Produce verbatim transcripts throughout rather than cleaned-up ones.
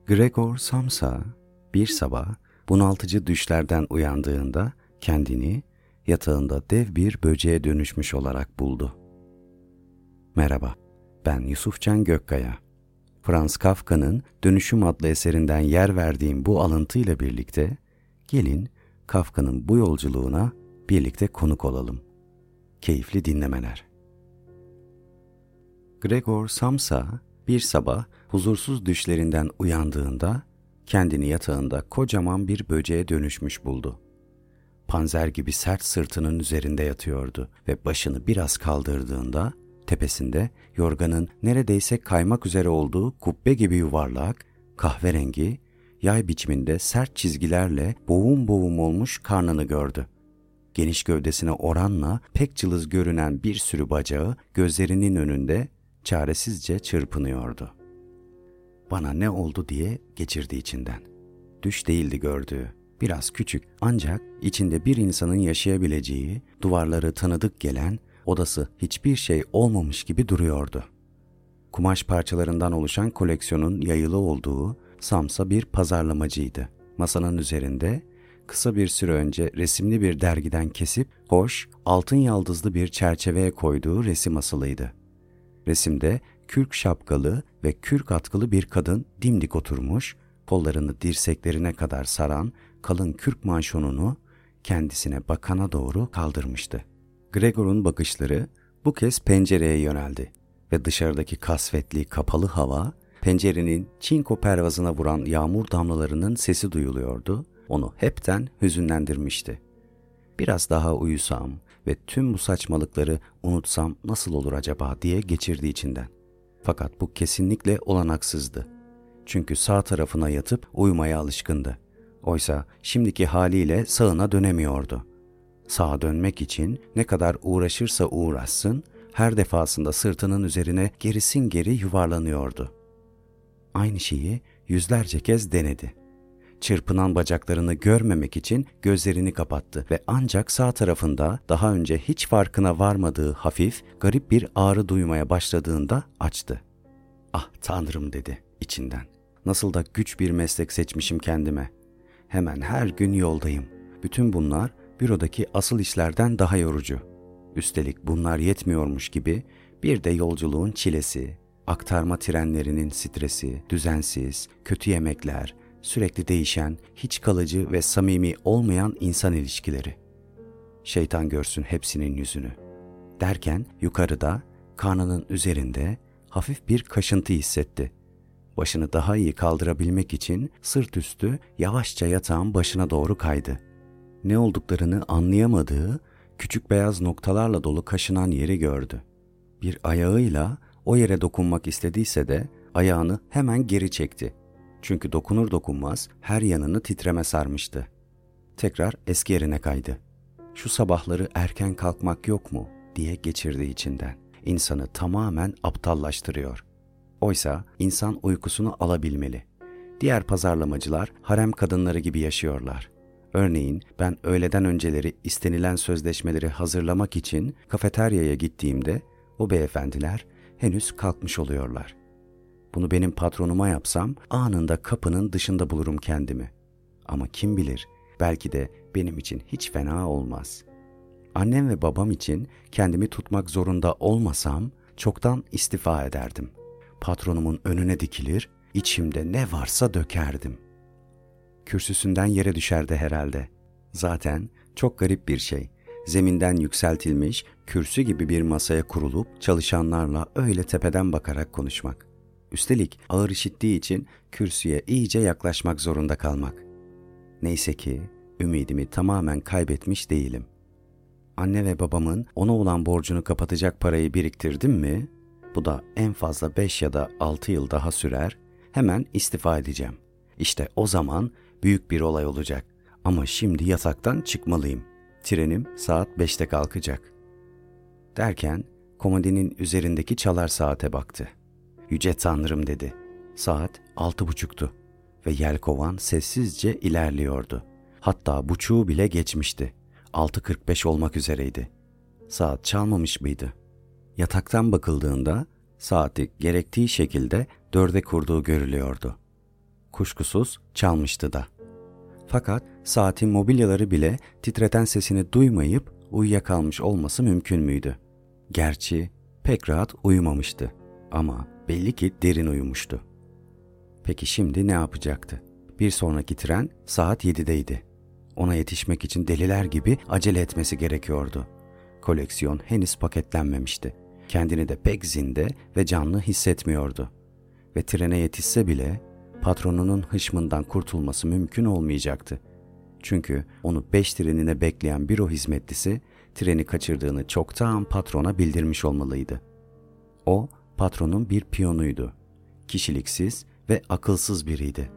Gregor Samsa bir sabah bunaltıcı düşlerden uyandığında kendini yatağında dev bir böceğe dönüşmüş olarak buldu. Merhaba, ben Yusufcan Gökkaya. Franz Kafka'nın Dönüşüm adlı eserinden yer verdiğim bu alıntıyla birlikte gelin Kafka'nın bu yolculuğuna birlikte konuk olalım. Keyifli dinlemeler. Gregor Samsa bir sabah huzursuz düşlerinden uyandığında kendini yatağında kocaman bir böceğe dönüşmüş buldu. Panzer gibi sert sırtının üzerinde yatıyordu ve başını biraz kaldırdığında tepesinde yorganın neredeyse kaymak üzere olduğu kubbe gibi yuvarlak, kahverengi, yay biçiminde sert çizgilerle boğum boğum olmuş karnını gördü. Geniş gövdesine oranla pek cılız görünen bir sürü bacağı gözlerinin önünde çaresizce çırpınıyordu. Bana ne oldu diye geçirdi içinden. Düş değildi gördüğü. Biraz küçük ancak içinde bir insanın yaşayabileceği, duvarları tanıdık gelen, odası hiçbir şey olmamış gibi duruyordu. Kumaş parçalarından oluşan koleksiyonun yayılı olduğu Samsa bir pazarlamacıydı. Masanın üzerinde kısa bir süre önce resimli bir dergiden kesip hoş, altın yaldızlı bir çerçeveye koyduğu resim asılıydı. Resimde kürk şapkalı ve kürk atkılı bir kadın dimdik oturmuş, kollarını dirseklerine kadar saran kalın kürk manşonunu kendisine bakana doğru kaldırmıştı. Gregor'un bakışları bu kez pencereye yöneldi ve dışarıdaki kasvetli kapalı hava, pencerenin çinko pervazına vuran yağmur damlalarının sesi duyuluyordu, onu hepten hüzünlendirmişti. Biraz daha uyusam ve tüm bu saçmalıkları unutsam nasıl olur acaba diye geçirdi içinden. Fakat bu kesinlikle olanaksızdı. Çünkü sağ tarafına yatıp uyumaya alışkındı. Oysa şimdiki haliyle sağına dönemiyordu. Sağa dönmek için ne kadar uğraşırsa uğraşsın, her defasında sırtının üzerine gerisin geri yuvarlanıyordu. Aynı şeyi yüzlerce kez denedi. Çırpınan bacaklarını görmemek için gözlerini kapattı ve ancak sağ tarafında daha önce hiç farkına varmadığı hafif, garip bir ağrı duymaya başladığında açtı. "Ah Tanrım," dedi içinden. "Nasıl da güç bir meslek seçmişim kendime. Hemen her gün yoldayım. Bütün bunlar bürodaki asıl işlerden daha yorucu. Üstelik bunlar yetmiyormuş gibi bir de yolculuğun çilesi, aktarma trenlerinin stresi, düzensiz, kötü yemekler, sürekli değişen, hiç kalıcı ve samimi olmayan insan ilişkileri. Şeytan görsün hepsinin yüzünü." Derken yukarıda, karnının üzerinde hafif bir kaşıntı hissetti. Başını daha iyi kaldırabilmek için sırt üstü yavaşça yatağın başına doğru kaydı. Ne olduklarını anlayamadığı küçük beyaz noktalarla dolu kaşınan yeri gördü. Bir ayağıyla o yere dokunmak istediyse de ayağını hemen geri çekti. Çünkü dokunur dokunmaz her yanını titreme sarmıştı. Tekrar eski yerine kaydı. "Şu sabahları erken kalkmak yok mu?" diye geçirdi içinden. İnsanı tamamen aptallaştırıyor. Oysa insan uykusunu alabilmeli. Diğer pazarlamacılar harem kadınları gibi yaşıyorlar. Örneğin ben öğleden önceleri istenilen sözleşmeleri hazırlamak için kafeteryaya gittiğimde o beyefendiler henüz kalkmış oluyorlar. Bunu benim patronuma yapsam anında kapının dışında bulurum kendimi. Ama kim bilir, belki de benim için hiç fena olmaz. Annem ve babam için kendimi tutmak zorunda olmasam çoktan istifa ederdim. Patronumun önüne dikilir, içimde ne varsa dökerdim. Kürsüsünden yere düşerdi herhalde. Zaten çok garip bir şey. Zeminden yükseltilmiş, kürsü gibi bir masaya kurulup çalışanlarla öyle tepeden bakarak konuşmak. Üstelik ağır işittiği için kürsüye iyice yaklaşmak zorunda kalmak. Neyse ki ümidimi tamamen kaybetmiş değilim. Anne ve babamın ona olan borcunu kapatacak parayı biriktirdim mi, bu da en fazla beş ya da altı yıl daha sürer, hemen istifa edeceğim. İşte o zaman büyük bir olay olacak. Ama şimdi yataktan çıkmalıyım. Trenim saat beşte kalkacak. Derken komodinin üzerindeki çalar saate baktı. "Yüce Tanrım," dedi. Saat altı buçuktu ve yelkovan sessizce ilerliyordu. Hatta buçuğu bile geçmişti. altı kırk beş olmak üzereydi. Saat çalmamış mıydı? Yataktan bakıldığında saati gerektiği şekilde dörde kurduğu görülüyordu. Kuşkusuz çalmıştı da. Fakat saatin mobilyaları bile titreten sesini duymayıp uyuyakalmış olması mümkün müydü? Gerçi pek rahat uyumamıştı ama belli ki derin uyumuştu. Peki şimdi ne yapacaktı? Bir sonraki tren saat yedideydi. Ona yetişmek için deliler gibi acele etmesi gerekiyordu. Koleksiyon henüz paketlenmemişti. Kendini de pek zinde ve canlı hissetmiyordu. Ve trene yetişse bile patronunun hışmından kurtulması mümkün olmayacaktı. Çünkü onu beş trenine bekleyen büro hizmetlisi treni kaçırdığını çoktan patrona bildirmiş olmalıydı. O patronun bir piyonuydu. Kişiliksiz ve akılsız biriydi.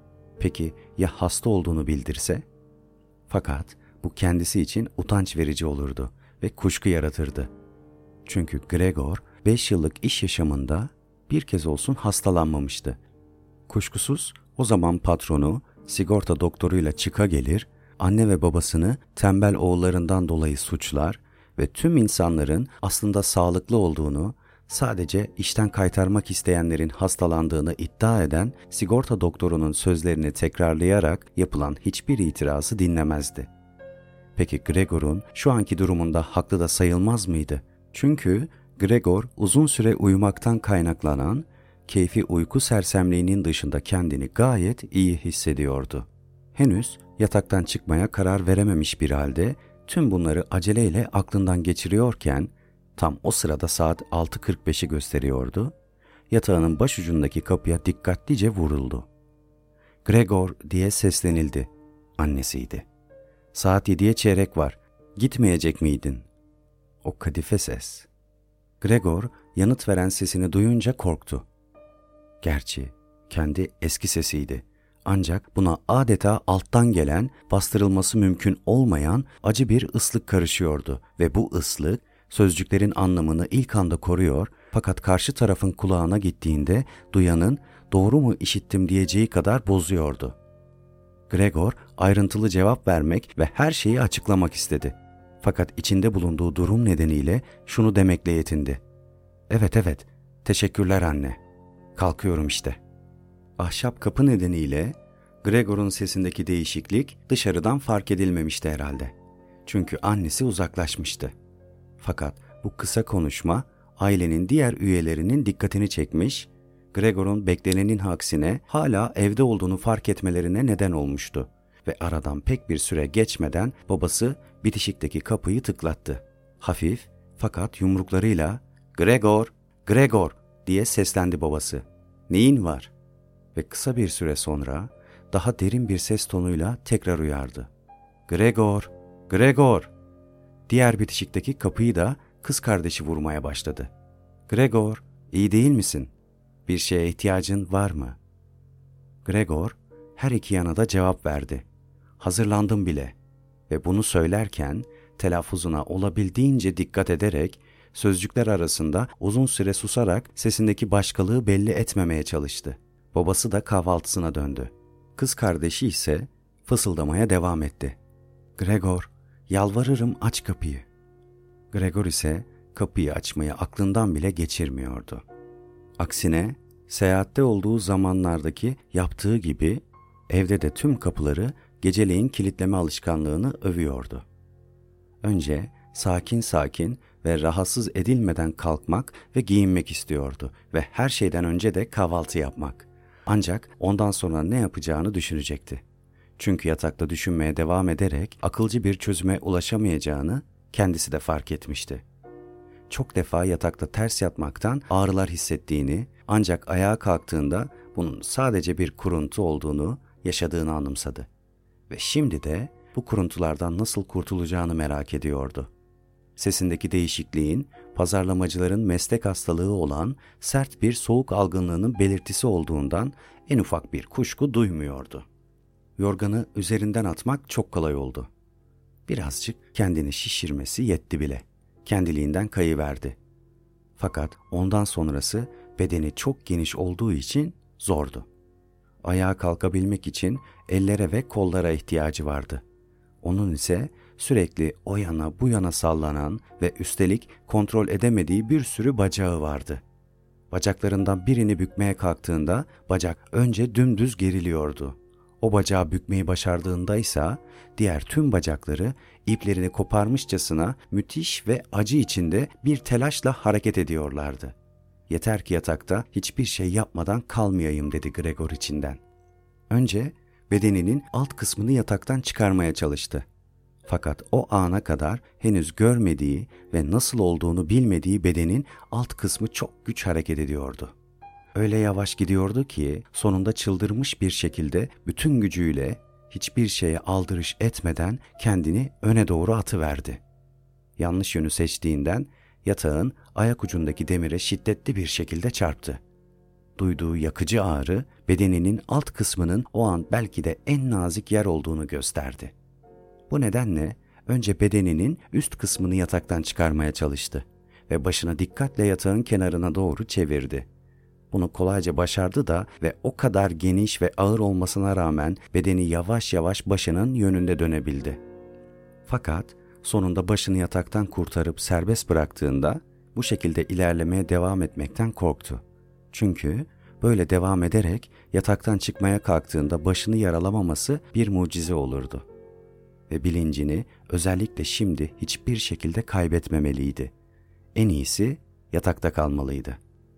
Peki ya hasta olduğunu bildirse? Fakat bu kendisi için utanç verici olurdu ve kuşku yaratırdı. Çünkü Gregor beş yıllık iş yaşamında bir kez olsun hastalanmamıştı. Kuşkusuz o zaman patronu sigorta doktoruyla çıka gelir, anne ve babasını tembel oğullarından dolayı suçlar ve tüm insanların aslında sağlıklı olduğunu, sadece işten kaytarmak isteyenlerin hastalandığını iddia eden sigorta doktorunun sözlerini tekrarlayarak yapılan hiçbir itirazı dinlemezdi. Peki Gregor'un şu anki durumunda haklı da sayılmaz mıydı? Çünkü Gregor uzun süre uyumaktan kaynaklanan keyfi uyku sersemliğinin dışında kendini gayet iyi hissediyordu. Henüz yataktan çıkmaya karar verememiş bir halde tüm bunları aceleyle aklından geçiriyorken tam o sırada saat altı kırk beşi gösteriyordu. Yatağının başucundaki kapıya dikkatlice vuruldu. "Gregor" diye seslenildi. Annesiydi. "Saat yediye çeyrek var. Gitmeyecek miydin?" O kadife ses. Gregor yanıt veren sesini duyunca korktu. Gerçi kendi eski sesiydi. Ancak buna adeta alttan gelen, bastırılması mümkün olmayan acı bir ıslık karışıyordu ve bu ıslık sözcüklerin anlamını ilk anda koruyor, fakat karşı tarafın kulağına gittiğinde duyanın doğru mu işittim diyeceği kadar bozuyordu. Gregor ayrıntılı cevap vermek ve her şeyi açıklamak istedi. Fakat içinde bulunduğu durum nedeniyle şunu demekle yetindi. "Evet evet, teşekkürler anne. Kalkıyorum işte." Ahşap kapı nedeniyle Gregor'un sesindeki değişiklik dışarıdan fark edilmemişti herhalde. Çünkü annesi uzaklaşmıştı. Fakat bu kısa konuşma ailenin diğer üyelerinin dikkatini çekmiş, Gregor'un beklenenin aksine hala evde olduğunu fark etmelerine neden olmuştu ve aradan pek bir süre geçmeden babası bitişikteki kapıyı tıklattı. Hafif fakat yumruklarıyla "Gregor, Gregor" diye seslendi babası. "Neyin var?" Ve kısa bir süre sonra daha derin bir ses tonuyla tekrar uyardı. "Gregor, Gregor." Diğer bitişikteki kapıyı da kız kardeşi vurmaya başladı. "Gregor, iyi değil misin? Bir şeye ihtiyacın var mı?" Gregor her iki yana da cevap verdi. "Hazırlandım bile." Ve bunu söylerken telaffuzuna olabildiğince dikkat ederek sözcükler arasında uzun süre susarak sesindeki başkalığı belli etmemeye çalıştı. Babası da kahvaltısına döndü. Kız kardeşi ise fısıldamaya devam etti. "Gregor, yalvarırım aç kapıyı." Gregor ise kapıyı açmayı aklından bile geçirmiyordu. Aksine seyahatte olduğu zamanlardaki yaptığı gibi evde de tüm kapıları geceleyin kilitleme alışkanlığını övüyordu. Önce sakin sakin ve rahatsız edilmeden kalkmak ve giyinmek istiyordu ve her şeyden önce de kahvaltı yapmak. Ancak ondan sonra ne yapacağını düşünecekti. Çünkü yatakta düşünmeye devam ederek akılcı bir çözüme ulaşamayacağını kendisi de fark etmişti. Çok defa yatakta ters yatmaktan ağrılar hissettiğini, ancak ayağa kalktığında bunun sadece bir kuruntu olduğunu yaşadığını anımsadı. Ve şimdi de bu kuruntulardan nasıl kurtulacağını merak ediyordu. Sesindeki değişikliğin pazarlamacıların meslek hastalığı olan sert bir soğuk algınlığının belirtisi olduğundan en ufak bir kuşku duymuyordu. Yorganı üzerinden atmak çok kolay oldu. Birazcık kendini şişirmesi yetti bile. Kendiliğinden kayıverdi. Fakat ondan sonrası bedeni çok geniş olduğu için zordu. Ayağa kalkabilmek için ellere ve kollara ihtiyacı vardı. Onun ise sürekli o yana bu yana sallanan ve üstelik kontrol edemediği bir sürü bacağı vardı. Bacaklarından birini bükmeye kalktığında bacak önce dümdüz geriliyordu. O bacağı bükmeyi başardığında ise diğer tüm bacakları iplerini koparmışçasına müthiş ve acı içinde bir telaşla hareket ediyorlardı. Yeter ki yatakta hiçbir şey yapmadan kalmayayım dedi Gregor içinden. Önce bedeninin alt kısmını yataktan çıkarmaya çalıştı. Fakat o ana kadar henüz görmediği ve nasıl olduğunu bilmediği bedenin alt kısmı çok güç hareket ediyordu. Öyle yavaş gidiyordu ki sonunda çıldırmış bir şekilde bütün gücüyle hiçbir şeye aldırış etmeden kendini öne doğru atıverdi. Yanlış yönü seçtiğinden yatağın ayak ucundaki demire şiddetli bir şekilde çarptı. Duyduğu yakıcı ağrı bedeninin alt kısmının o an belki de en nazik yer olduğunu gösterdi. Bu nedenle önce bedeninin üst kısmını yataktan çıkarmaya çalıştı ve başını dikkatle yatağın kenarına doğru çevirdi. Bunu kolayca başardı da ve o kadar geniş ve ağır olmasına rağmen bedeni yavaş yavaş başının yönünde dönebildi. Fakat sonunda başını yataktan kurtarıp serbest bıraktığında bu şekilde ilerlemeye devam etmekten korktu. Çünkü böyle devam ederek yataktan çıkmaya kalktığında başını yaralamaması bir mucize olurdu. Ve bilincini özellikle şimdi hiçbir şekilde kaybetmemeliydi. En iyisi yatakta kalmalıydı.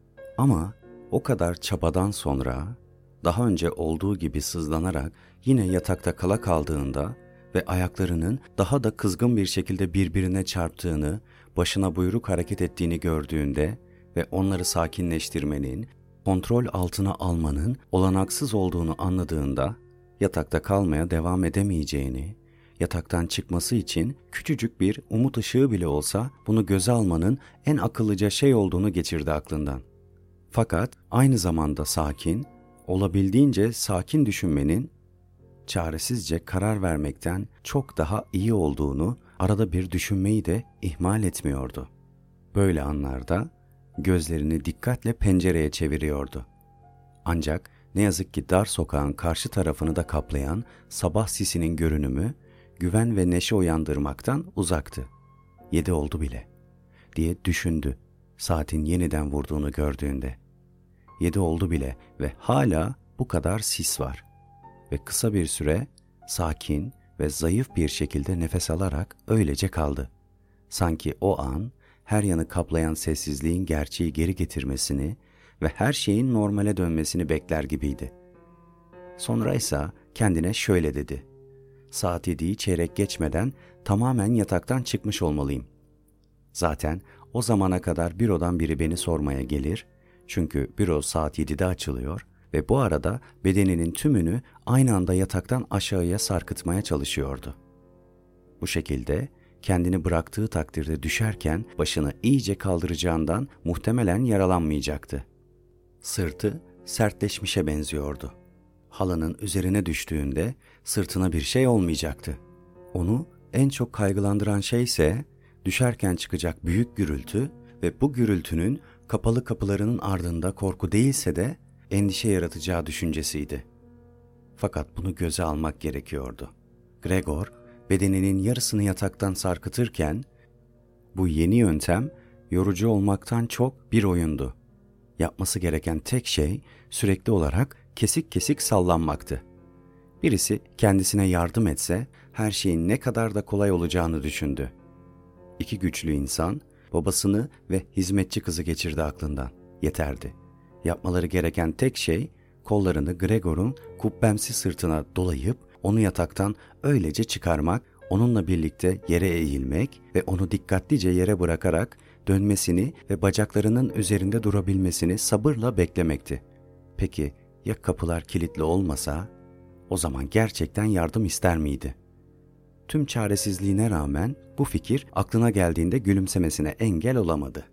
Ama o kadar çabadan sonra daha önce olduğu gibi sızlanarak yine yatakta kala kaldığında ve ayaklarının daha da kızgın bir şekilde birbirine çarptığını, başına buyruk hareket ettiğini gördüğünde ve onları sakinleştirmenin, kontrol altına almanın olanaksız olduğunu anladığında yatakta kalmaya devam edemeyeceğini, yataktan çıkması için küçücük bir umut ışığı bile olsa bunu göze almanın en akıllıca şey olduğunu geçirdi aklından. Fakat aynı zamanda sakin, olabildiğince sakin düşünmenin çaresizce karar vermekten çok daha iyi olduğunu arada bir düşünmeyi de ihmal etmiyordu. Böyle anlarda gözlerini dikkatle pencereye çeviriyordu. Ancak ne yazık ki dar sokağın karşı tarafını da kaplayan sabah sisinin görünümü güven ve neşe uyandırmaktan uzaktı. Yedi oldu bile diye düşündü saatin yeniden vurduğunu gördüğünde. Yedi oldu bile ve hala bu kadar sis var. Ve kısa bir süre sakin ve zayıf bir şekilde nefes alarak öylece kaldı. Sanki o an her yanı kaplayan sessizliğin gerçeği geri getirmesini ve her şeyin normale dönmesini bekler gibiydi. Sonra ise kendine şöyle dedi. Saat yediyi çeyrek geçmeden tamamen yataktan çıkmış olmalıyım. Zaten o zamana kadar bürodan biri beni sormaya gelir, çünkü büro saat yedide açılıyor ve bu arada bedeninin tümünü aynı anda yataktan aşağıya sarkıtmaya çalışıyordu. Bu şekilde kendini bıraktığı takdirde düşerken başını iyice kaldıracağından muhtemelen yaralanmayacaktı. Sırtı sertleşmişe benziyordu. Halının üzerine düştüğünde sırtına bir şey olmayacaktı. Onu en çok kaygılandıran şey ise düşerken çıkacak büyük gürültü ve bu gürültünün kapalı kapılarının ardında korku değilse de endişe yaratacağı düşüncesiydi. Fakat bunu göze almak gerekiyordu. Gregor bedeninin yarısını yataktan sarkıtırken bu yeni yöntem yorucu olmaktan çok bir oyundu. Yapması gereken tek şey sürekli olarak kesik kesik sallanmaktı. Birisi kendisine yardım etse her şeyin ne kadar da kolay olacağını düşündü. İki güçlü insan babasını ve hizmetçi kızı geçirdi aklından. Yeterdi. Yapmaları gereken tek şey kollarını Gregor'un kubbemsi sırtına dolayıp onu yataktan öylece çıkarmak, onunla birlikte yere eğilmek ve onu dikkatlice yere bırakarak dönmesini ve bacaklarının üzerinde durabilmesini sabırla beklemekti. Peki ya kapılar kilitli olmasa? O zaman gerçekten yardım ister miydi? Tüm çaresizliğine rağmen bu fikir aklına geldiğinde gülümsemesine engel olamadı.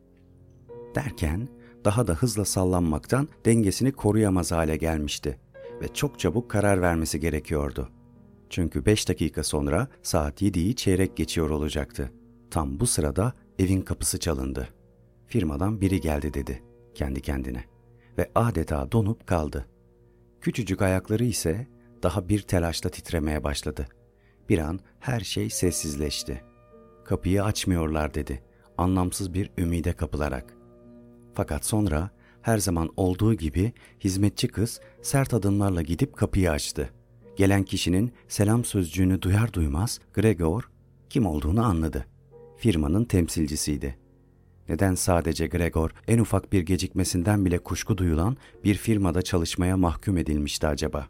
Derken daha da hızla sallanmaktan dengesini koruyamaz hale gelmişti ve çok çabuk karar vermesi gerekiyordu. Çünkü beş dakika sonra saat yediyi çeyrek geçiyor olacaktı. Tam bu sırada evin kapısı çalındı. Firmadan biri geldi dedi kendi kendine ve adeta donup kaldı. Küçücük ayakları ise daha bir telaşla titremeye başladı. Bir an her şey sessizleşti. Kapıyı açmıyorlar dedi, anlamsız bir ümide kapılarak. Fakat sonra Her zaman olduğu gibi hizmetçi kız sert adımlarla gidip kapıyı açtı. Gelen kişinin selam sözcüğünü duyar duymaz Gregor kim olduğunu anladı. Firmanın temsilcisiydi. Neden sadece Gregor en ufak bir gecikmesinden bile kuşku duyulan bir firmada çalışmaya mahkum edilmişti acaba?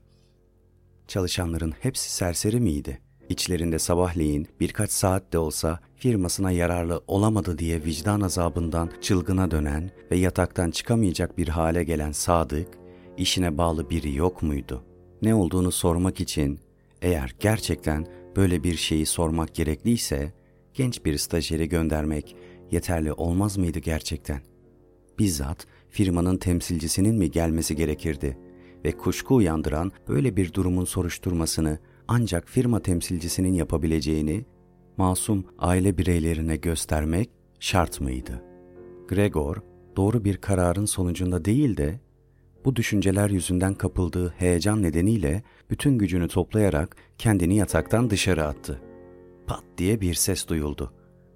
Çalışanların hepsi serseri miydi? İçlerinde sabahleyin birkaç saat de olsa firmasına yararlı olamadı diye vicdan azabından çılgına dönen ve yataktan çıkamayacak bir hale gelen sadık, işine bağlı biri yok muydu? Ne olduğunu sormak için, eğer gerçekten böyle bir şeyi sormak gerekliyse, genç bir stajyeri göndermek yeterli olmaz mıydı gerçekten? Bizzat firmanın temsilcisinin mi gelmesi gerekirdi? Ve kuşku uyandıran böyle bir durumun soruşturmasını ancak firma temsilcisinin yapabileceğini masum aile bireylerine göstermek şart mıydı? Gregor, doğru bir kararın sonucunda değil de, bu düşünceler yüzünden kapıldığı heyecan nedeniyle bütün gücünü toplayarak kendini yataktan dışarı attı. Pat diye bir ses duyuldu.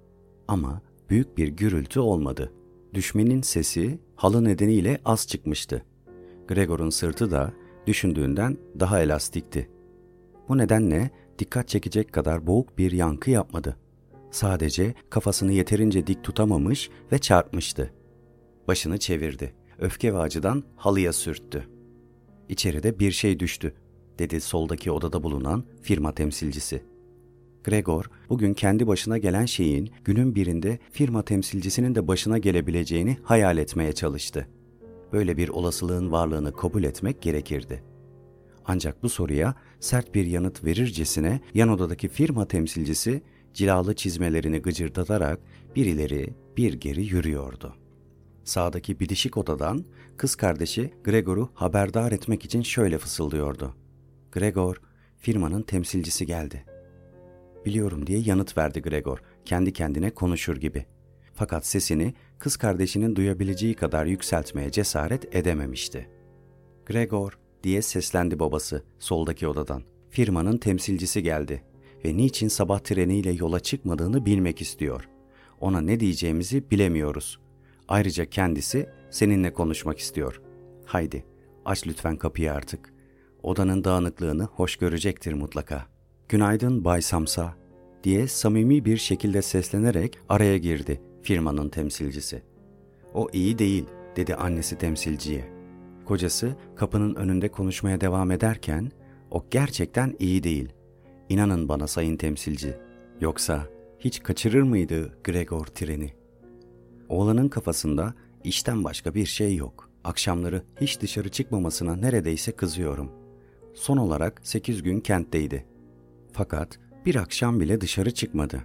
Ama büyük bir gürültü olmadı. Düşmenin sesi halı nedeniyle az çıkmıştı. Gregor'un sırtı da düşündüğünden daha elastikti. Bu nedenle dikkat çekecek kadar boğuk bir yankı yapmadı. Sadece kafasını yeterince dik tutamamış ve çarpmıştı. Başını çevirdi. Öfke ve acıdan halıya sürttü. "İçeride bir şey düştü," dedi soldaki odada bulunan firma temsilcisi. Gregor, bugün kendi başına gelen şeyin günün birinde firma temsilcisinin de başına gelebileceğini hayal etmeye çalıştı. Böyle bir olasılığın varlığını kabul etmek gerekirdi. Ancak bu soruya sert bir yanıt verircesine yan odadaki firma temsilcisi cilalı çizmelerini gıcırdatarak bir ileri bir geri yürüyordu. Sağdaki bitişik odadan kız kardeşi Gregor'u haberdar etmek için şöyle fısıldıyordu. "Gregor, firmanın temsilcisi geldi." "Biliyorum," diye yanıt verdi Gregor, kendi kendine konuşur gibi. Fakat sesini kız kardeşinin duyabileceği kadar yükseltmeye cesaret edememişti. "Gregor," diye seslendi babası soldaki odadan. "Firmanın temsilcisi geldi ve niçin sabah treniyle yola çıkmadığını bilmek istiyor. Ona ne diyeceğimizi bilemiyoruz. Ayrıca kendisi seninle konuşmak istiyor. Haydi, aç lütfen kapıyı artık. Odanın dağınıklığını hoş görecektir mutlaka." "Günaydın Bay Samsa," diye samimi bir şekilde seslenerek araya girdi firmanın temsilcisi. "O iyi değil," dedi annesi temsilciye. Kocası kapının önünde konuşmaya devam ederken, "O gerçekten iyi değil. İnanın bana sayın temsilci. Yoksa hiç kaçırır mıydı Gregor treni?" Oğlanın kafasında işten başka bir şey yok. Akşamları hiç dışarı çıkmamasına neredeyse kızıyorum. Son olarak sekiz gün kentteydi. Fakat bir akşam bile dışarı çıkmadı.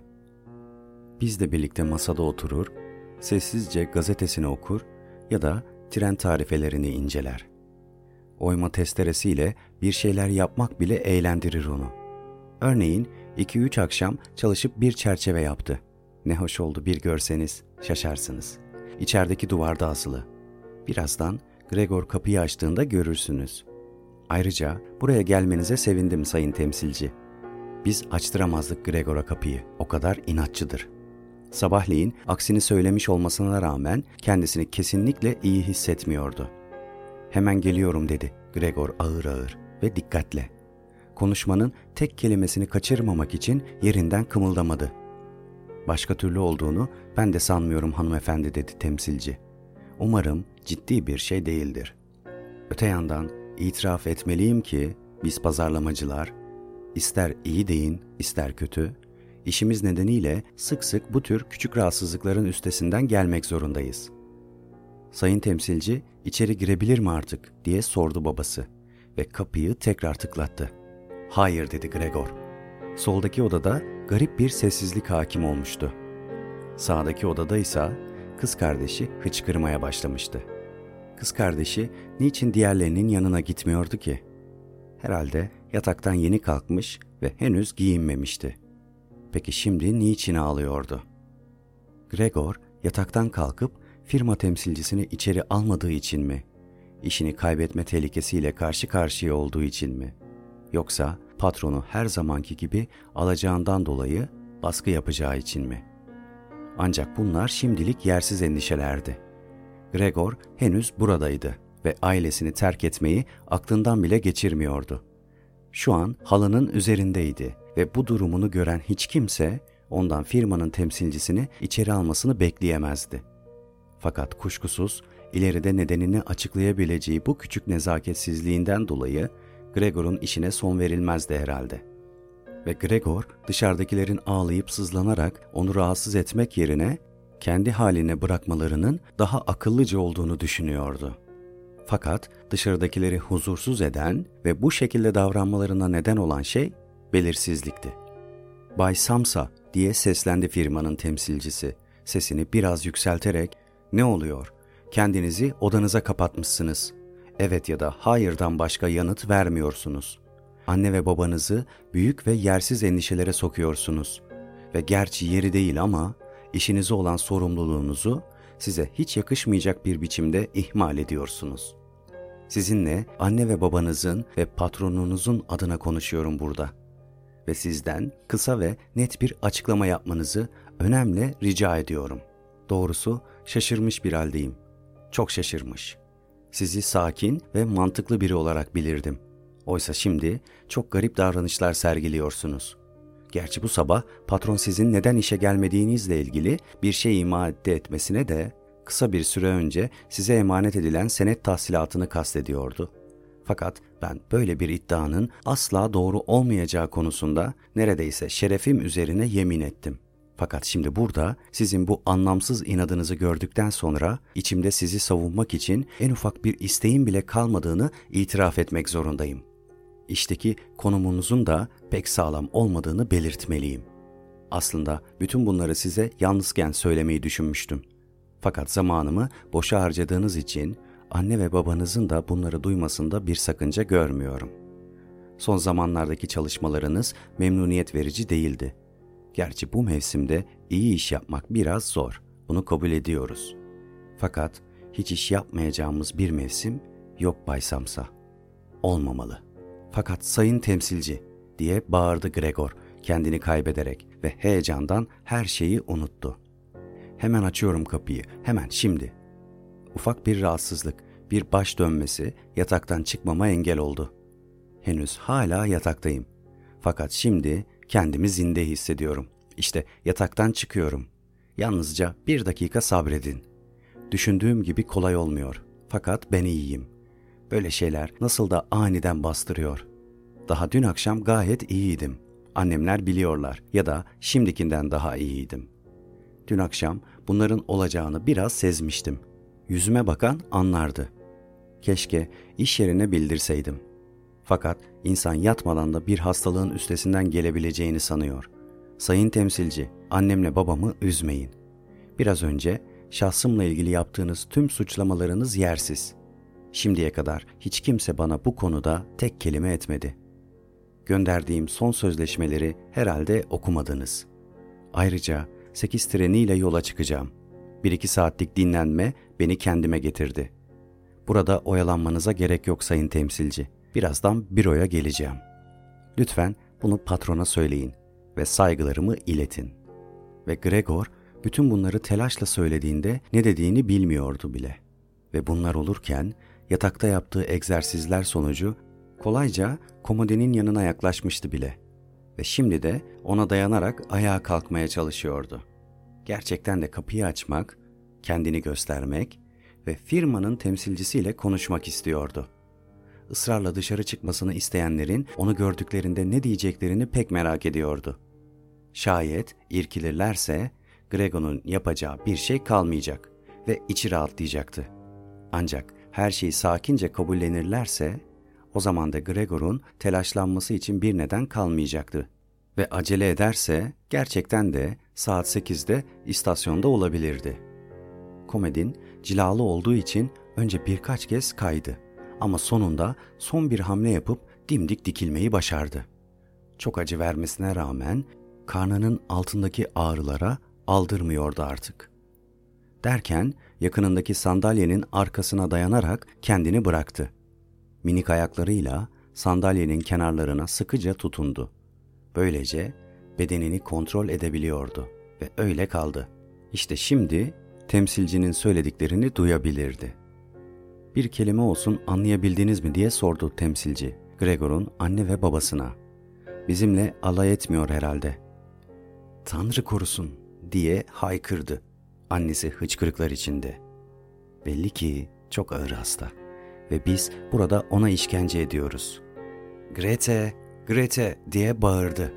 Biz de birlikte masada oturur, sessizce gazetesini okur ya da tren tarifelerini inceler. Oyma testeresiyle bir şeyler yapmak bile eğlendirir onu. Örneğin iki üç akşam çalışıp bir çerçeve yaptı. Ne hoş oldu, bir görseniz şaşarsınız. İçerideki duvarda asılı. Birazdan Gregor kapıyı açtığında görürsünüz. Ayrıca buraya gelmenize sevindim sayın temsilci. Biz açtıramazdık Gregor'a kapıyı, o kadar inatçıdır. Sabahleyin aksini söylemiş olmasına rağmen kendisini kesinlikle iyi hissetmiyordu. "Hemen geliyorum," dedi Gregor ağır ağır ve dikkatle. Konuşmanın tek kelimesini kaçırmamak için yerinden kımıldamadı. "Başka türlü olduğunu ben de sanmıyorum hanımefendi," dedi temsilci. "Umarım ciddi bir şey değildir. Öte yandan itiraf etmeliyim ki biz pazarlamacılar, ister iyi deyin ister kötü, işimiz nedeniyle sık sık bu tür küçük rahatsızlıkların üstesinden gelmek zorundayız." "Sayın temsilci, içeri girebilir mi artık?" diye sordu babası ve kapıyı tekrar tıklattı. "Hayır," dedi Gregor. Soldaki odada garip bir sessizlik hakim olmuştu. Sağdaki odada ise kız kardeşi hıçkırmaya başlamıştı. Kız kardeşi niçin diğerlerinin yanına gitmiyordu ki? Herhalde yataktan yeni kalkmış ve henüz giyinmemişti. Peki şimdi niçin ağlıyordu? Gregor yataktan kalkıp firma temsilcisini içeri almadığı için mi? İşini kaybetme tehlikesiyle karşı karşıya olduğu için mi? Yoksa patronu her zamanki gibi alacağından dolayı baskı yapacağı için mi? Ancak bunlar şimdilik yersiz endişelerdi. Gregor henüz buradaydı ve ailesini terk etmeyi aklından bile geçirmiyordu. Şu an halının üzerindeydi ve bu durumunu gören hiç kimse ondan firmanın temsilcisini içeri almasını bekleyemezdi. Fakat kuşkusuz ileride nedenini açıklayabileceği bu küçük nezaketsizliğinden dolayı Gregor'un işine son verilmezdi herhalde. Ve Gregor dışarıdakilerin ağlayıp sızlanarak onu rahatsız etmek yerine kendi haline bırakmalarının daha akıllıca olduğunu düşünüyordu. Fakat dışarıdakileri huzursuz eden ve bu şekilde davranmalarına neden olan şey belirsizlikti. "Bay Samsa," diye seslendi firmanın temsilcisi, sesini biraz yükselterek, "Ne oluyor? Kendinizi odanıza kapatmışsınız. Evet ya da hayırdan başka yanıt vermiyorsunuz. Anne ve babanızı büyük ve yersiz endişelere sokuyorsunuz. Ve gerçi yeri değil ama işinize olan sorumluluğunuzu size hiç yakışmayacak bir biçimde ihmal ediyorsunuz. Sizinle anne ve babanızın ve patronunuzun adına konuşuyorum burada. Ve sizden kısa ve net bir açıklama yapmanızı önemli rica ediyorum. Doğrusu şaşırmış bir haldeyim. Çok şaşırmış. Sizi sakin ve mantıklı biri olarak bilirdim. Oysa şimdi çok garip davranışlar sergiliyorsunuz. Gerçi bu sabah patron sizin neden işe gelmediğinizle ilgili bir şey ima etti etmesine de kısa bir süre önce size emanet edilen senet tahsilatını kastediyordu. Fakat ben böyle bir iddianın asla doğru olmayacağı konusunda neredeyse şerefim üzerine yemin ettim. Fakat şimdi burada sizin bu anlamsız inadınızı gördükten sonra içimde sizi savunmak için en ufak bir isteğim bile kalmadığını itiraf etmek zorundayım. İşteki konumunuzun da pek sağlam olmadığını belirtmeliyim. Aslında bütün bunları size yalnızken söylemeyi düşünmüştüm. Fakat zamanımı boşa harcadığınız için anne ve babanızın da bunları duymasında bir sakınca görmüyorum. Son zamanlardaki çalışmalarınız memnuniyet verici değildi. Gerçi bu mevsimde iyi iş yapmak biraz zor, bunu kabul ediyoruz. Fakat hiç iş yapmayacağımız bir mevsim yok Bay Samsa. Olmamalı. Fakat sayın temsilci diye bağırdı Gregor kendini kaybederek ve heyecandan her şeyi unuttu. Hemen açıyorum kapıyı, hemen şimdi. Ufak bir rahatsızlık, bir baş dönmesi yataktan çıkmama engel oldu. Henüz hala yataktayım. Fakat şimdi kendimi zinde hissediyorum. İşte yataktan çıkıyorum. Yalnızca bir dakika sabredin. Düşündüğüm gibi kolay olmuyor. Fakat ben iyiyim. Böyle şeyler nasıl da aniden bastırıyor. Daha dün akşam gayet iyiydim. Annemler biliyorlar ya da şimdikinden daha iyiydim. Dün akşam bunların olacağını biraz sezmiştim. Yüzüme bakan anlardı. Keşke iş yerine bildirseydim. Fakat insan yatmadan da bir hastalığın üstesinden gelebileceğini sanıyor. Sayın temsilci, annemle babamı üzmeyin. Biraz önce şahsımla ilgili yaptığınız tüm suçlamalarınız yersiz. Şimdiye kadar hiç kimse bana bu konuda tek kelime etmedi. Gönderdiğim son sözleşmeleri herhalde okumadınız. Ayrıca sekiz treniyle yola çıkacağım. Bir iki saatlik dinlenme beni kendime getirdi. Burada oyalanmanıza gerek yok sayın temsilci. Birazdan büroya geleceğim. Lütfen bunu patrona söyleyin ve saygılarımı iletin. Ve Gregor bütün bunları telaşla söylediğinde ne dediğini bilmiyordu bile. Ve bunlar olurken yatakta yaptığı egzersizler sonucu kolayca komodinin yanına yaklaşmıştı bile. Ve şimdi de ona dayanarak ayağa kalkmaya çalışıyordu. Gerçekten de kapıyı açmak, kendini göstermek ve firmanın temsilcisiyle konuşmak istiyordu. Israrla dışarı çıkmasını isteyenlerin onu gördüklerinde ne diyeceklerini pek merak ediyordu. Şayet irkilirlerse Gregor'un yapacağı bir şey kalmayacak ve içi rahatlayacaktı. Ancak her şeyi sakince kabullenirlerse o zaman da Gregor'un telaşlanması için bir neden kalmayacaktı. Ve acele ederse gerçekten de saat sekizde istasyonda olabilirdi. Komodin cilalı olduğu için önce birkaç kez kaydı ama sonunda son bir hamle yapıp dimdik dikilmeyi başardı. Çok acı vermesine rağmen karnının altındaki ağrılara aldırmıyordu artık. Derken yakınındaki sandalyenin arkasına dayanarak kendini bıraktı. Minik ayaklarıyla sandalyenin kenarlarına sıkıca tutundu. Böylece bedenini kontrol edebiliyordu ve öyle kaldı. İşte şimdi temsilcinin söylediklerini duyabilirdi. "Bir kelime olsun anlayabildiniz mi?" diye sordu temsilci, Gregor'un anne ve babasına. "Bizimle alay etmiyor herhalde." "Tanrı korusun!" diye haykırdı annesi hıçkırıklar içinde. Belli ki çok ağır hasta ve biz burada ona işkence ediyoruz. "Grete, Grete!" diye bağırdı.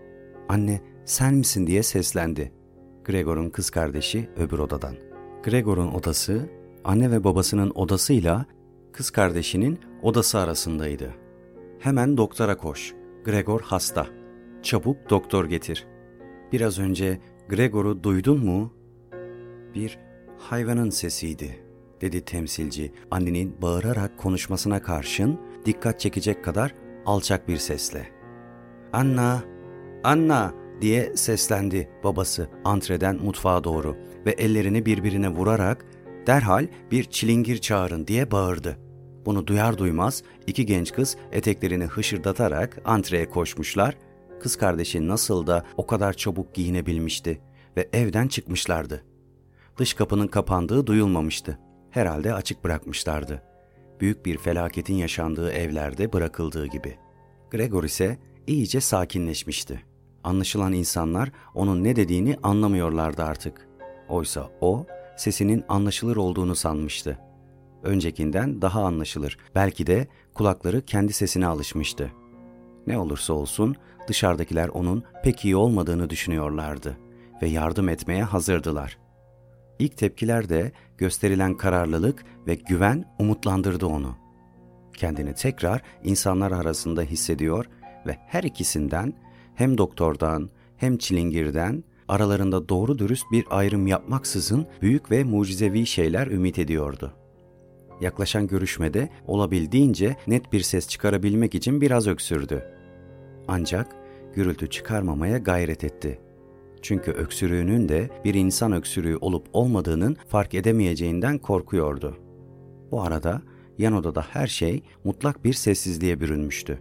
"Anne, sen misin?" diye seslendi Gregor'un kız kardeşi öbür odadan. Gregor'un odası, anne ve babasının odasıyla kız kardeşinin odası arasındaydı. "Hemen doktora koş. Gregor hasta. Çabuk doktor getir." "Biraz önce Gregor'u duydun mu?" "Bir hayvanın sesiydi," dedi temsilci, annenin bağırarak konuşmasına karşın dikkat çekecek kadar alçak bir sesle. "Anna, Anna!" diye seslendi babası antreden mutfağa doğru ve ellerini birbirine vurarak "Derhal bir çilingir çağırın," diye bağırdı. Bunu duyar duymaz iki genç kız eteklerini hışırdatarak antreye koşmuşlar. Kız kardeşi nasıl da o kadar çabuk giyinebilmişti ve evden çıkmışlardı. Dış kapının kapandığı duyulmamıştı. Herhalde açık bırakmışlardı. Büyük bir felaketin yaşandığı evlerde bırakıldığı gibi. Gregor ise iyice sakinleşmişti. Anlaşılan insanlar onun ne dediğini anlamıyorlardı artık. Oysa o sesinin anlaşılır olduğunu sanmıştı. Öncekinden daha anlaşılır, belki de kulakları kendi sesine alışmıştı. Ne olursa olsun dışarıdakiler onun pek iyi olmadığını düşünüyorlardı ve yardım etmeye hazırdılar. İlk tepkilerde gösterilen kararlılık ve güven umutlandırdı onu. Kendini tekrar insanlar arasında hissediyor ve her ikisinden, hem doktordan hem çilingirden, aralarında doğru dürüst bir ayrım yapmaksızın büyük ve mucizevi şeyler ümit ediyordu. Yaklaşan görüşmede olabildiğince net bir ses çıkarabilmek için biraz öksürdü. Ancak gürültü çıkarmamaya gayret etti. Çünkü öksürüğünün de bir insan öksürüğü olup olmadığının fark edemeyeceğinden korkuyordu. Bu arada yan odada her şey mutlak bir sessizliğe bürünmüştü.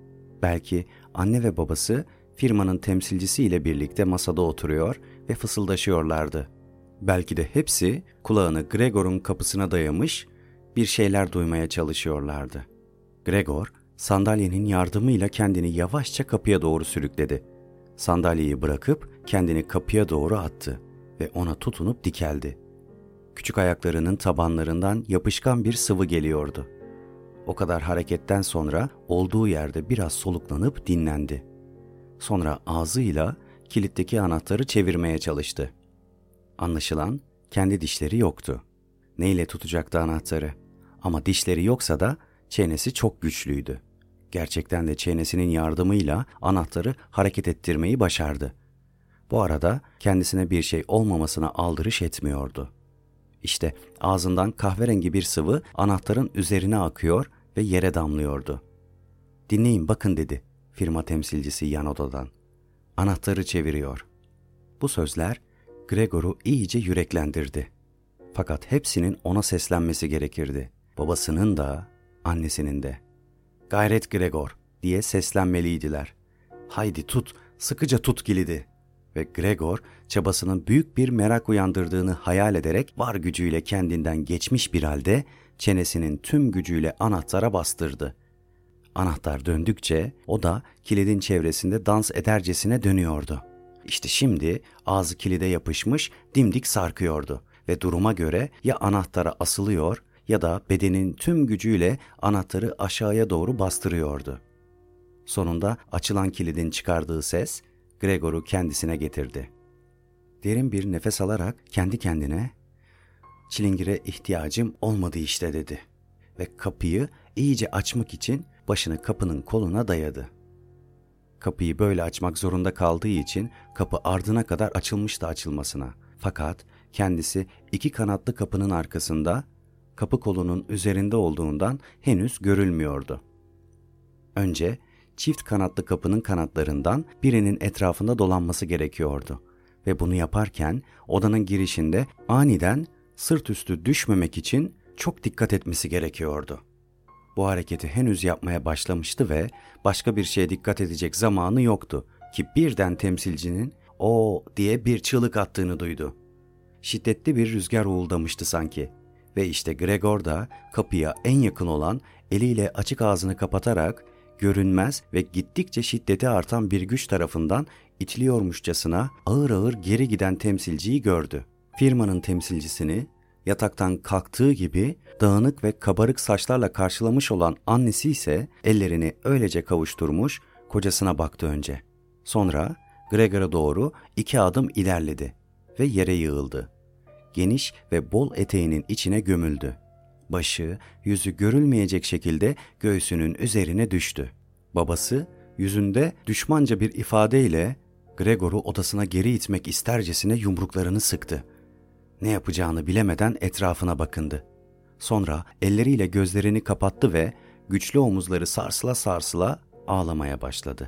Belki anne ve babası firmanın temsilcisiyle birlikte masada oturuyor ve fısıldaşıyorlardı. Belki de hepsi kulağını Gregor'un kapısına dayamış bir şeyler duymaya çalışıyorlardı. Gregor sandalyenin yardımıyla kendini yavaşça kapıya doğru sürükledi. Sandalyeyi bırakıp kendini kapıya doğru attı ve ona tutunup dikeldi. Küçük ayaklarının tabanlarından yapışkan bir sıvı geliyordu. O kadar hareketten sonra olduğu yerde biraz soluklanıp dinlendi. Sonra ağzıyla kilitteki anahtarı çevirmeye çalıştı. Anlaşılan kendi dişleri yoktu. Neyle tutacaktı anahtarı? Ama dişleri yoksa da çenesi çok güçlüydü. Gerçekten de çenesinin yardımıyla anahtarı hareket ettirmeyi başardı. Bu arada kendisine bir şey olmamasına aldırış etmiyordu. İşte ağzından kahverengi bir sıvı anahtarın üzerine akıyor ve yere damlıyordu. "Dinleyin bakın," dedi firma temsilcisi yan odadan. "Anahtarı çeviriyor." Bu sözler Gregor'u iyice yüreklendirdi. Fakat hepsinin ona seslenmesi gerekirdi. Babasının da, annesinin de. "Gayret Gregor," diye seslenmeliydiler. "Haydi tut, sıkıca tut kilidi." Ve Gregor çabasının büyük bir merak uyandırdığını hayal ederek var gücüyle kendinden geçmiş bir halde çenesinin tüm gücüyle anahtara bastırdı. Anahtar döndükçe o da kilidin çevresinde dans edercesine dönüyordu. İşte şimdi ağzı kilide yapışmış, dimdik sarkıyordu ve duruma göre ya anahtara asılıyor ya da bedenin tüm gücüyle anahtarı aşağıya doğru bastırıyordu. Sonunda açılan kilidin çıkardığı ses Gregor'u kendisine getirdi. Derin bir nefes alarak kendi kendine "Çilingire ihtiyacım olmadı işte," dedi ve kapıyı iyice açmak için başını kapının koluna dayadı. Kapıyı böyle açmak zorunda kaldığı için kapı ardına kadar açılmıştı açılmasına. Fakat kendisi iki kanatlı kapının arkasında, kapı kolunun üzerinde olduğundan henüz görülmüyordu. Önce çift kanatlı kapının kanatlarından birinin etrafında dolanması gerekiyordu ve bunu yaparken odanın girişinde aniden sırt üstü düşmemek için çok dikkat etmesi gerekiyordu. Bu hareketi henüz yapmaya başlamıştı ve başka bir şeye dikkat edecek zamanı yoktu ki birden temsilcinin "O" diye bir çığlık attığını duydu. Şiddetli bir rüzgar uğuldamıştı sanki. Ve işte Gregor da kapıya en yakın olan eliyle açık ağzını kapatarak görünmez ve gittikçe şiddeti artan bir güç tarafından itiliyormuşçasına ağır ağır geri giden temsilciyi gördü. Firmanın temsilcisini yataktan kalktığı gibi dağınık ve kabarık saçlarla karşılamış olan annesi ise ellerini öylece kavuşturmuş kocasına baktı önce. Sonra Gregor'a doğru iki adım ilerledi ve yere yığıldı. Geniş ve bol eteğinin içine gömüldü. Başı, yüzü görülmeyecek şekilde göğsünün üzerine düştü. Babası yüzünde düşmanca bir ifadeyle Gregor'u odasına geri itmek istercesine yumruklarını sıktı. Ne yapacağını bilemeden etrafına bakındı. Sonra elleriyle gözlerini kapattı ve güçlü omuzları sarsıla sarsıla ağlamaya başladı.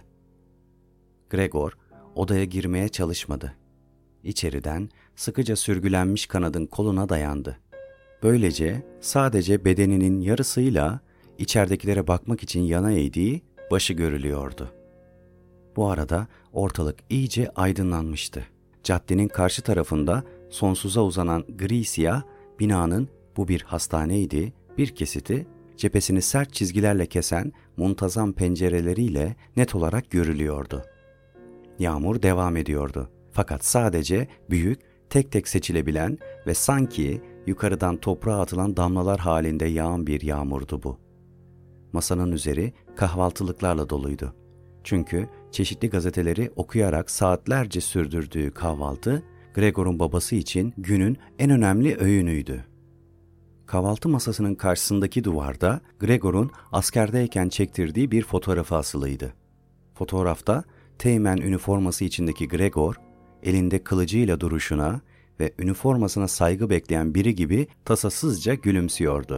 Gregor odaya girmeye çalışmadı. İçeriden sıkıca sürgülenmiş kanadın koluna dayandı. Böylece sadece bedeninin yarısıyla içeridekilere bakmak için yana eğdiği başı görülüyordu. Bu arada ortalık iyice aydınlanmıştı. Caddenin karşı tarafında sonsuza uzanan gri siyah binanın, bu bir hastaneydi, bir kesiti cephesini sert çizgilerle kesen muntazam pencereleriyle net olarak görülüyordu. Yağmur devam ediyordu. Fakat sadece büyük, tek tek seçilebilen ve sanki yukarıdan toprağa atılan damlalar halinde yağan bir yağmurdu bu. Masanın üzeri kahvaltılıklarla doluydu. Çünkü çeşitli gazeteleri okuyarak saatlerce sürdürdüğü kahvaltı, Gregor'un babası için günün en önemli öğünüydü. Kahvaltı masasının karşısındaki duvarda Gregor'un askerdeyken çektirdiği bir fotoğrafı asılıydı. Fotoğrafta teğmen üniforması içindeki Gregor, elinde kılıcıyla duruşuna ve üniformasına saygı bekleyen biri gibi tasasızca gülümsüyordu.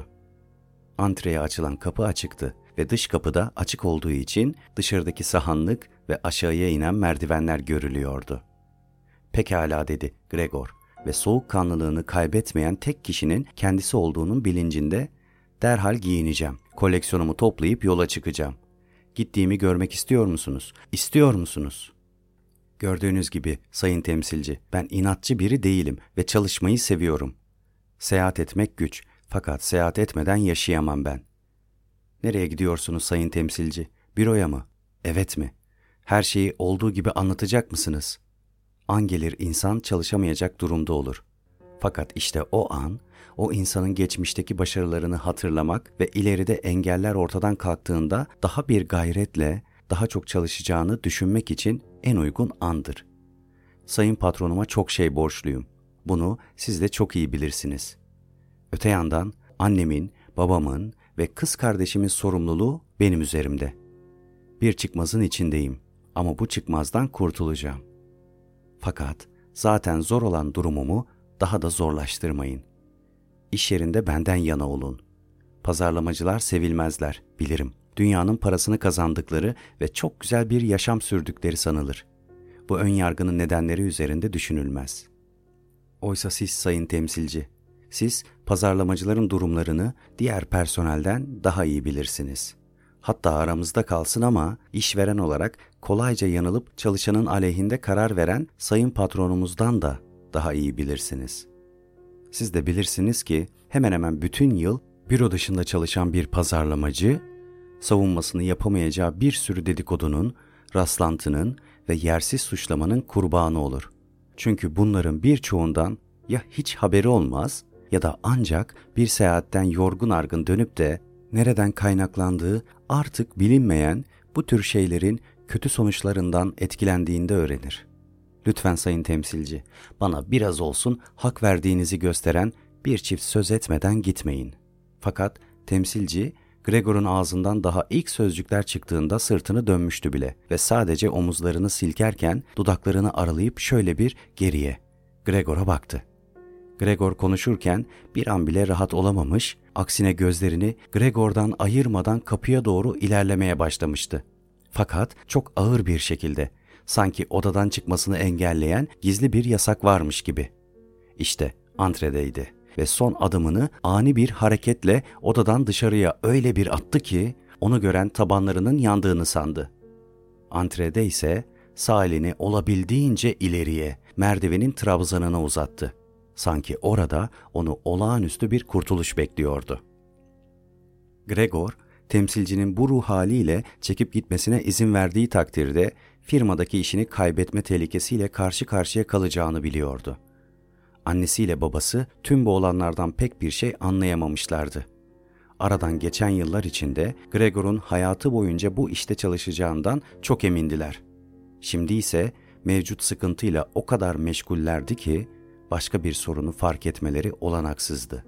Antreye açılan kapı açıktı ve dış kapıda açık olduğu için dışarıdaki sahanlık ve aşağıya inen merdivenler görülüyordu. "Pekala," dedi Gregor ve soğukkanlılığını kaybetmeyen tek kişinin kendisi olduğunun bilincinde, "derhal giyineceğim, koleksiyonumu toplayıp yola çıkacağım. Gittiğimi görmek istiyor musunuz? İstiyor musunuz?" "Gördüğünüz gibi sayın temsilci, ben inatçı biri değilim ve çalışmayı seviyorum. Seyahat etmek güç, fakat seyahat etmeden yaşayamam ben." "Nereye gidiyorsunuz sayın temsilci? Büroya mı?" "Evet mi? Her şeyi olduğu gibi anlatacak mısınız?" An gelir insan çalışamayacak durumda olur. Fakat işte o an, o insanın geçmişteki başarılarını hatırlamak ve ileride engeller ortadan kalktığında daha bir gayretle, daha çok çalışacağını düşünmek için en uygun andır. Sayın patronuma çok şey borçluyum. Bunu siz de çok iyi bilirsiniz. Öte yandan annemin, babamın ve kız kardeşimin sorumluluğu benim üzerimde. Bir çıkmazın içindeyim ama bu çıkmazdan kurtulacağım. Fakat zaten zor olan durumumu daha da zorlaştırmayın. İş yerinde benden yana olun. Pazarlamacılar sevilmezler, bilirim. Dünyanın parasını kazandıkları ve çok güzel bir yaşam sürdükleri sanılır. Bu ön yargının nedenleri üzerinde düşünülmez. Oysa siz sayın temsilci, siz pazarlamacıların durumlarını diğer personelden daha iyi bilirsiniz. Hatta aramızda kalsın ama işveren olarak kolayca yanılıp çalışanın aleyhinde karar veren sayın patronumuzdan da daha iyi bilirsiniz. Siz de bilirsiniz ki hemen hemen bütün yıl büro dışında çalışan bir pazarlamacı, savunmasını yapamayacağı bir sürü dedikodunun, rastlantının ve yersiz suçlamanın kurbanı olur. Çünkü bunların birçoğundan ya hiç haberi olmaz ya da ancak bir seyahatten yorgun argın dönüp de nereden kaynaklandığı artık bilinmeyen bu tür şeylerin kötü sonuçlarından etkilendiğinde öğrenir. Lütfen sayın temsilci, bana biraz olsun hak verdiğinizi gösteren bir çift söz etmeden gitmeyin. Fakat temsilci, Gregor'un ağzından daha ilk sözcükler çıktığında sırtını dönmüştü bile ve sadece omuzlarını silkerken dudaklarını aralayıp şöyle bir geriye, Gregor'a baktı. Gregor konuşurken bir an bile rahat olamamış, aksine gözlerini Gregor'dan ayırmadan kapıya doğru ilerlemeye başlamıştı. Fakat çok ağır bir şekilde, sanki odadan çıkmasını engelleyen gizli bir yasak varmış gibi. İşte antredeydi ve son adımını ani bir hareketle odadan dışarıya öyle bir attı ki onu gören tabanlarının yandığını sandı. Antrede ise sağ elini olabildiğince ileriye, merdivenin trabzanına uzattı. Sanki orada onu olağanüstü bir kurtuluş bekliyordu. Gregor, temsilcinin bu ruh haliyle çekip gitmesine izin verdiği takdirde firmadaki işini kaybetme tehlikesiyle karşı karşıya kalacağını biliyordu. Annesiyle babası tüm bu olanlardan pek bir şey anlayamamışlardı. Aradan geçen yıllar içinde Gregor'un hayatı boyunca bu işte çalışacağından çok emindiler. Şimdi ise mevcut sıkıntıyla o kadar meşgullerdi ki başka bir sorunu fark etmeleri olanaksızdı.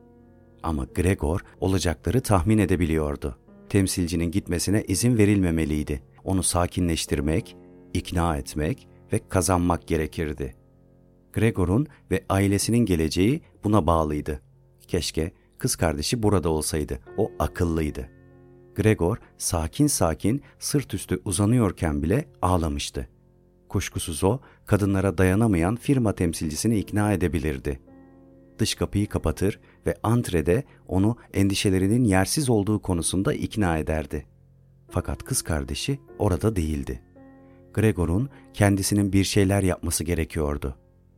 Ama Gregor olacakları tahmin edebiliyordu. Temsilcinin gitmesine izin verilmemeliydi. Onu sakinleştirmek, ikna etmek ve kazanmak gerekirdi. Gregor'un ve ailesinin geleceği buna bağlıydı. Keşke kız kardeşi burada olsaydı, o akıllıydı. Gregor sakin sakin sırt üstü uzanıyorken bile ağlamıştı. Kuşkusuz o, kadınlara dayanamayan firma temsilcisini ikna edebilirdi. Dış kapıyı kapatır ve antrede onu endişelerinin yersiz olduğu konusunda ikna ederdi. Fakat kız kardeşi orada değildi. Gregor'un kendisinin bir şeyler yapması gerekiyordu.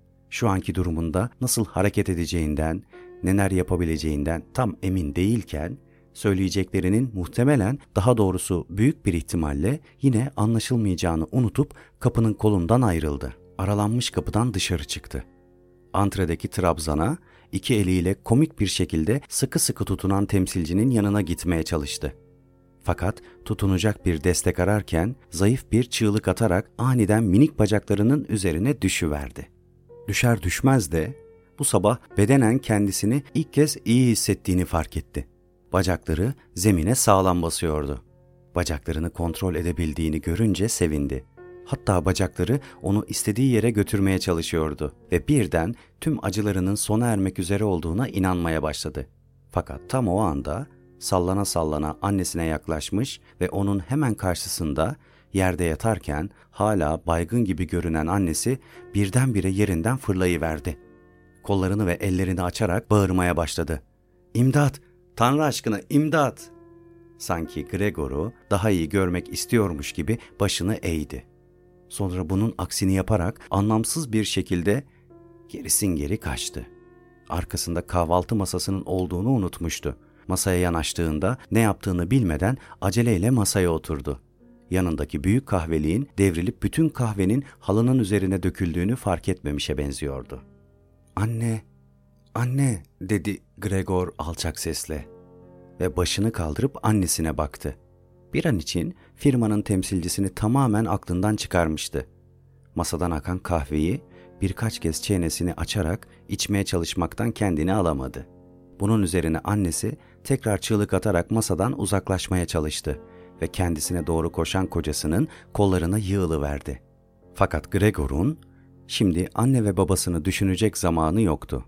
Şu anki durumunda nasıl hareket edeceğinden, neler yapabileceğinden tam emin değilken, söyleyeceklerinin muhtemelen, daha doğrusu büyük bir ihtimalle yine anlaşılmayacağını unutup kapının kolundan ayrıldı. Aralanmış kapıdan dışarı çıktı. Antredeki trabzana iki eliyle komik bir şekilde sıkı sıkı tutunan temsilcinin yanına gitmeye çalıştı. Fakat tutunacak bir destek ararken zayıf bir çığlık atarak aniden minik bacaklarının üzerine düşüverdi. Düşer düşmez de bu sabah bedenen kendisini ilk kez iyi hissettiğini fark etti. Bacakları zemine sağlam basıyordu. Bacaklarını kontrol edebildiğini görünce sevindi. Hatta bacakları onu istediği yere götürmeye çalışıyordu ve birden tüm acılarının sona ermek üzere olduğuna inanmaya başladı. Fakat tam o anda sallana sallana annesine yaklaşmış ve onun hemen karşısında yerde yatarken hala baygın gibi görünen annesi birdenbire yerinden fırlayıverdi. Kollarını ve ellerini açarak bağırmaya başladı. "İmdat! Tanrı aşkına imdat!" Sanki Gregor'u daha iyi görmek istiyormuş gibi başını eğdi. Sonra bunun aksini yaparak anlamsız bir şekilde gerisin geri kaçtı. Arkasında kahvaltı masasının olduğunu unutmuştu. Masaya yanaştığında ne yaptığını bilmeden aceleyle masaya oturdu. Yanındaki büyük kahveliğin devrilip bütün kahvenin halının üzerine döküldüğünü fark etmemişe benziyordu. "Anne, anne," dedi Gregor alçak sesle ve başını kaldırıp annesine baktı. Bir an için firmanın temsilcisini tamamen aklından çıkarmıştı. Masadan akan kahveyi birkaç kez çenesini açarak içmeye çalışmaktan kendini alamadı. Bunun üzerine annesi tekrar çığlık atarak masadan uzaklaşmaya çalıştı ve kendisine doğru koşan kocasının kollarına yığılıverdi. Fakat Gregor'un şimdi anne ve babasını düşünecek zamanı yoktu.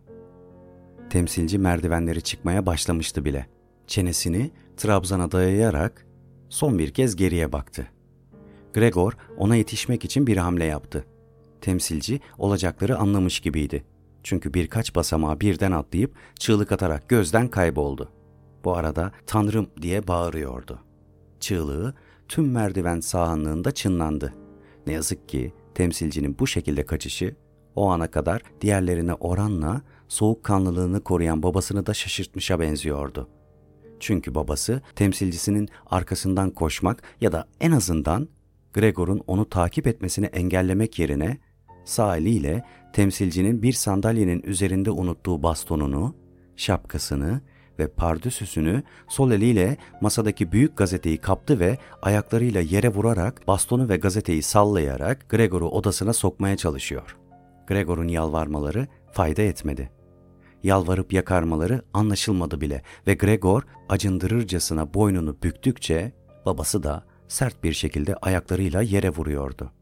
Temsilci merdivenleri çıkmaya başlamıştı bile. Çenesini trabzana dayayarak son bir kez geriye baktı. Gregor ona yetişmek için bir hamle yaptı. Temsilci olacakları anlamış gibiydi. Çünkü birkaç basamağı birden atlayıp çığlık atarak gözden kayboldu. Bu arada "Tanrım!" diye bağırıyordu. Çığlığı tüm merdiven sahanlığında çınlandı. Ne yazık ki temsilcinin bu şekilde kaçışı o ana kadar diğerlerine oranla soğukkanlılığını koruyan babasını da şaşırtmışa benziyordu. Çünkü babası temsilcisinin arkasından koşmak ya da en azından Gregor'un onu takip etmesini engellemek yerine sağ eliyle temsilcinin bir sandalyenin üzerinde unuttuğu bastonunu, şapkasını ve pardösüsünü sol eliyle masadaki büyük gazeteyi kaptı ve ayaklarıyla yere vurarak bastonu ve gazeteyi sallayarak Gregor'u odasına sokmaya çalışıyor. Gregor'un yalvarmaları fayda etmedi. Yalvarıp yakarmaları anlaşılmadı bile ve Gregor acındırırcasına boynunu büktükçe babası da sert bir şekilde ayaklarıyla yere vuruyordu.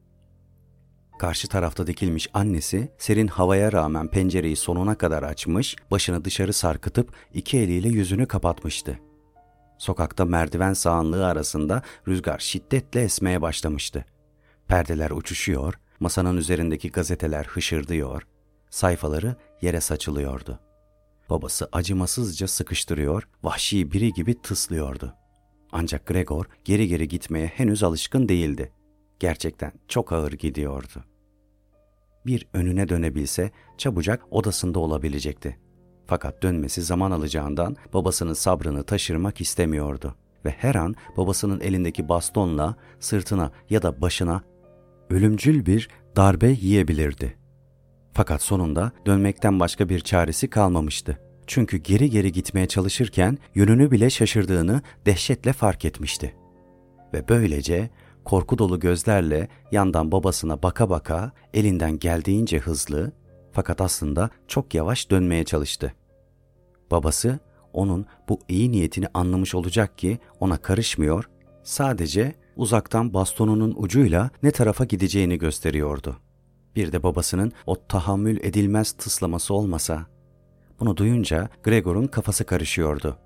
Karşı tarafta dikilmiş annesi serin havaya rağmen pencereyi sonuna kadar açmış, başını dışarı sarkıtıp iki eliyle yüzünü kapatmıştı. Sokakta merdiven sağanlığı arasında rüzgar şiddetle esmeye başlamıştı. Perdeler uçuşuyor, masanın üzerindeki gazeteler hışırdıyor, sayfaları yere saçılıyordu. Babası acımasızca sıkıştırıyor, vahşi biri gibi tıslıyordu. Ancak Gregor geri geri gitmeye henüz alışkın değildi. Gerçekten çok ağır gidiyordu. bir önüne dönebilse çabucak odasında olabilecekti. Fakat dönmesi zaman alacağından babasının sabrını taşırmak istemiyordu ve her an babasının elindeki bastonla sırtına ya da başına ölümcül bir darbe yiyebilirdi. Fakat sonunda dönmekten başka bir çaresi kalmamıştı. Çünkü geri geri gitmeye çalışırken yönünü bile şaşırdığını dehşetle fark etmişti. Ve böylece korku dolu gözlerle yandan babasına baka baka elinden geldiğince hızlı fakat aslında çok yavaş dönmeye çalıştı. Babası onun bu iyi niyetini anlamış olacak ki ona karışmıyor, sadece uzaktan bastonunun ucuyla ne tarafa gideceğini gösteriyordu. Bir de babasının o tahammül edilmez tıslaması olmasa. Bunu duyunca Gregor'un kafası karışıyordu.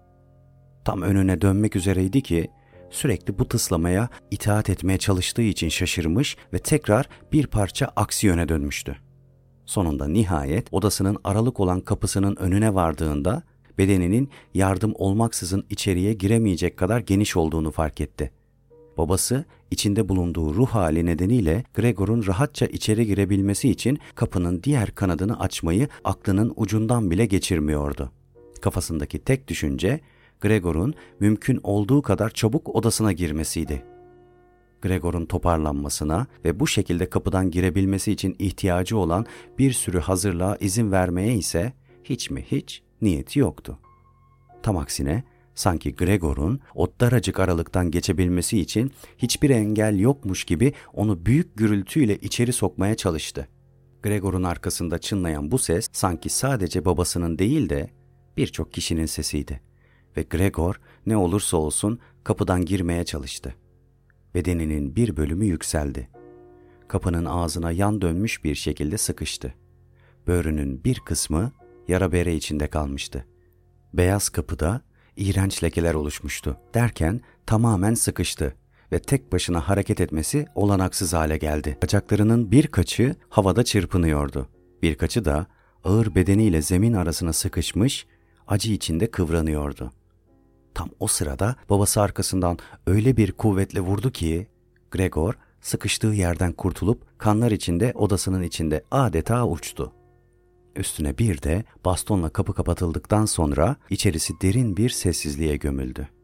Tam önüne dönmek üzereydi ki sürekli bu tıslamaya itaat etmeye çalıştığı için şaşırmış ve tekrar bir parça aksi yöne dönmüştü. Sonunda nihayet odasının aralık olan kapısının önüne vardığında bedeninin yardım olmaksızın içeriye giremeyecek kadar geniş olduğunu fark etti. Babası içinde bulunduğu ruh hali nedeniyle Gregor'un rahatça içeri girebilmesi için kapının diğer kanadını açmayı aklının ucundan bile geçirmiyordu. Kafasındaki tek düşünce Gregor'un mümkün olduğu kadar çabuk odasına girmesiydi. Gregor'un toparlanmasına ve bu şekilde kapıdan girebilmesi için ihtiyacı olan bir sürü hazırlığa izin vermeye ise hiç mi hiç niyeti yoktu. Tam aksine sanki Gregor'un o daracık aralıktan geçebilmesi için hiçbir engel yokmuş gibi onu büyük gürültüyle içeri sokmaya çalıştı. Gregor'un arkasında çınlayan bu ses sanki sadece babasının değil de birçok kişinin sesiydi. Ve Gregor ne olursa olsun kapıdan girmeye çalıştı. Bedeninin bir bölümü yükseldi. Kapının ağzına yan dönmüş bir şekilde sıkıştı. Böğrünün bir kısmı yara bere içinde kalmıştı. Beyaz kapıda iğrenç lekeler oluşmuştu derken tamamen sıkıştı ve tek başına hareket etmesi olanaksız hale geldi. Bacaklarının birkaçı havada çırpınıyordu. Birkaçı da ağır bedeniyle zemin arasına sıkışmış, acı içinde kıvranıyordu. Tam o sırada babası arkasından öyle bir kuvvetle vurdu ki Gregor sıkıştığı yerden kurtulup kanlar içinde odasının içinde adeta uçtu. Üstüne bir de bastonla kapı kapatıldıktan sonra içerisi derin bir sessizliğe gömüldü.